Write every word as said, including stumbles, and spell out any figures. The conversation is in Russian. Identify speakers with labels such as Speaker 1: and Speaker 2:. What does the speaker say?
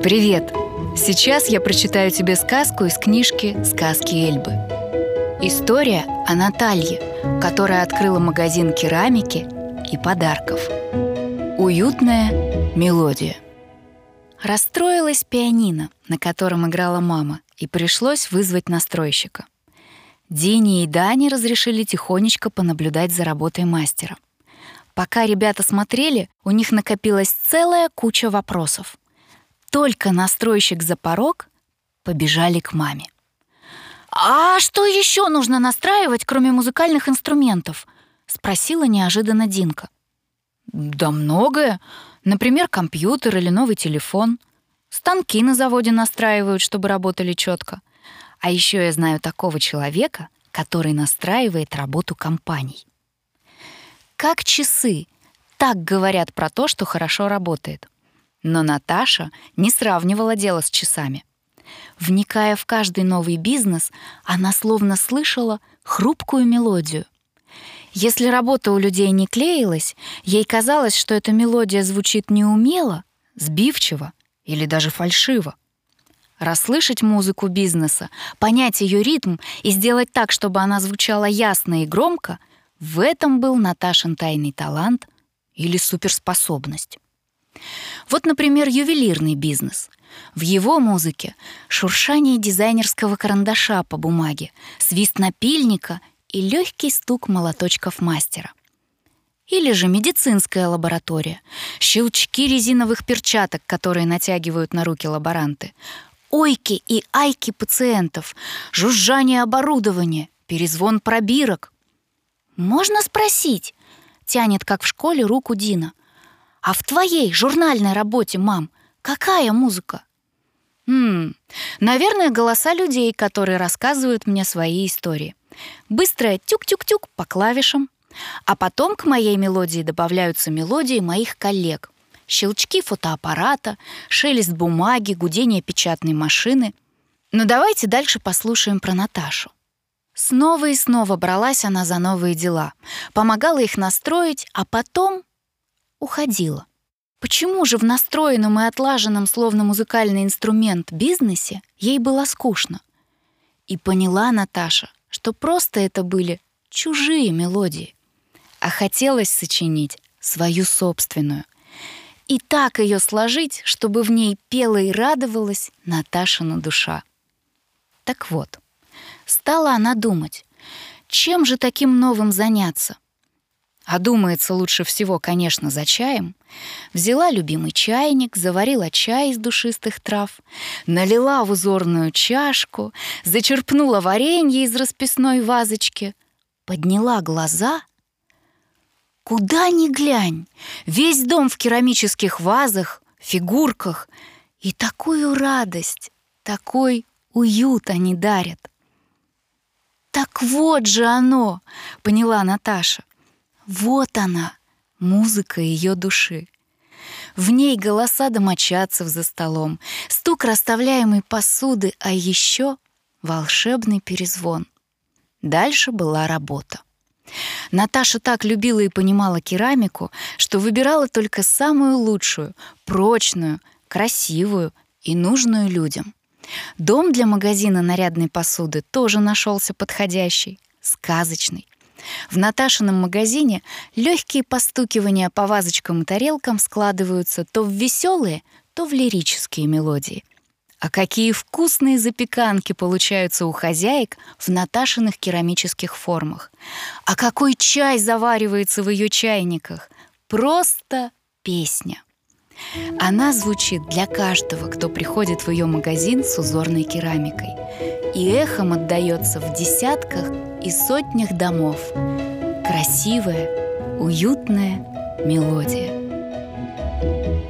Speaker 1: Привет! Сейчас я прочитаю тебе сказку из книжки «Сказки Эльбы». История о Наталье, которая открыла магазин керамики и подарков. Уютная мелодия. Расстроилась пианино, на котором играла мама, и пришлось вызвать настройщика. Дине и Дане разрешили тихонечко понаблюдать за работой мастера. Пока ребята смотрели, у них накопилась целая куча вопросов. Только настройщик за порог, побежали к маме. «А что еще нужно настраивать, кроме музыкальных инструментов?» — спросила неожиданно Динка. «Да многое. Например, компьютер или новый телефон. Станки на заводе настраивают, чтобы работали четко. А еще я знаю такого человека, который настраивает работу компаний». Как часы, так говорят про то, что хорошо работает. Но Наташа не сравнивала дело с часами. Вникая в каждый новый бизнес, она словно слышала хрупкую мелодию. Если работа у людей не клеилась, ей казалось, что эта мелодия звучит неумело, сбивчиво или даже фальшиво. Расслышать музыку бизнеса, понять ее ритм и сделать так, чтобы она звучала ясно и громко — в этом был Наташин тайный талант или суперспособность. Вот, например, ювелирный бизнес. В его музыке шуршание дизайнерского карандаша по бумаге, свист напильника и легкий стук молоточков мастера. Или же медицинская лаборатория, щелчки резиновых перчаток, которые натягивают на руки лаборанты, ойки и айки пациентов, жужжание оборудования, перезвон пробирок. «Можно спросить?» — тянет, как в школе, руку Дина. «А в твоей журнальной работе, мам, какая музыка?» «Хм, наверное, голоса людей, которые рассказывают мне свои истории. Быстрое тюк-тюк-тюк по клавишам. А потом к моей мелодии добавляются мелодии моих коллег. Щелчки фотоаппарата, шелест бумаги, гудение печатной машины. Но давайте дальше послушаем про Наташу». Снова и снова бралась она за новые дела, помогала их настроить, а потом уходила. Почему же в настроенном и отлаженном, словно музыкальный инструмент, бизнесе ей было скучно? И поняла Наташа, что просто это были чужие мелодии, а хотелось сочинить свою собственную. И так ее сложить, чтобы в ней пела и радовалась Наташина душа. Так вот, стала она думать, чем же таким новым заняться? А думается лучше всего, конечно, за чаем. Взяла любимый чайник, заварила чай из душистых трав, налила в узорную чашку, зачерпнула варенье из расписной вазочки, подняла глаза. Куда ни глянь, весь дом в керамических вазах, фигурках. И такую радость, такой уют они дарят. «Так вот же оно!» — поняла Наташа. Вот она, музыка ее души. В ней голоса домочадцев за столом, стук расставляемой посуды, а еще волшебный перезвон. Дальше была работа. Наташа так любила и понимала керамику, что выбирала только самую лучшую, прочную, красивую и нужную людям. Дом для магазина нарядной посуды тоже нашелся подходящий, сказочный. В Наташином магазине легкие постукивания по вазочкам и тарелкам складываются то в веселые, то в лирические мелодии. А какие вкусные запеканки получаются у хозяек в Наташиных керамических формах. А какой чай заваривается в ее чайниках. Просто песня. Она звучит для каждого, кто приходит в ее магазин с узорной керамикой. И эхом отдается в десятках и сотнях домов. Красивая, уютная мелодия.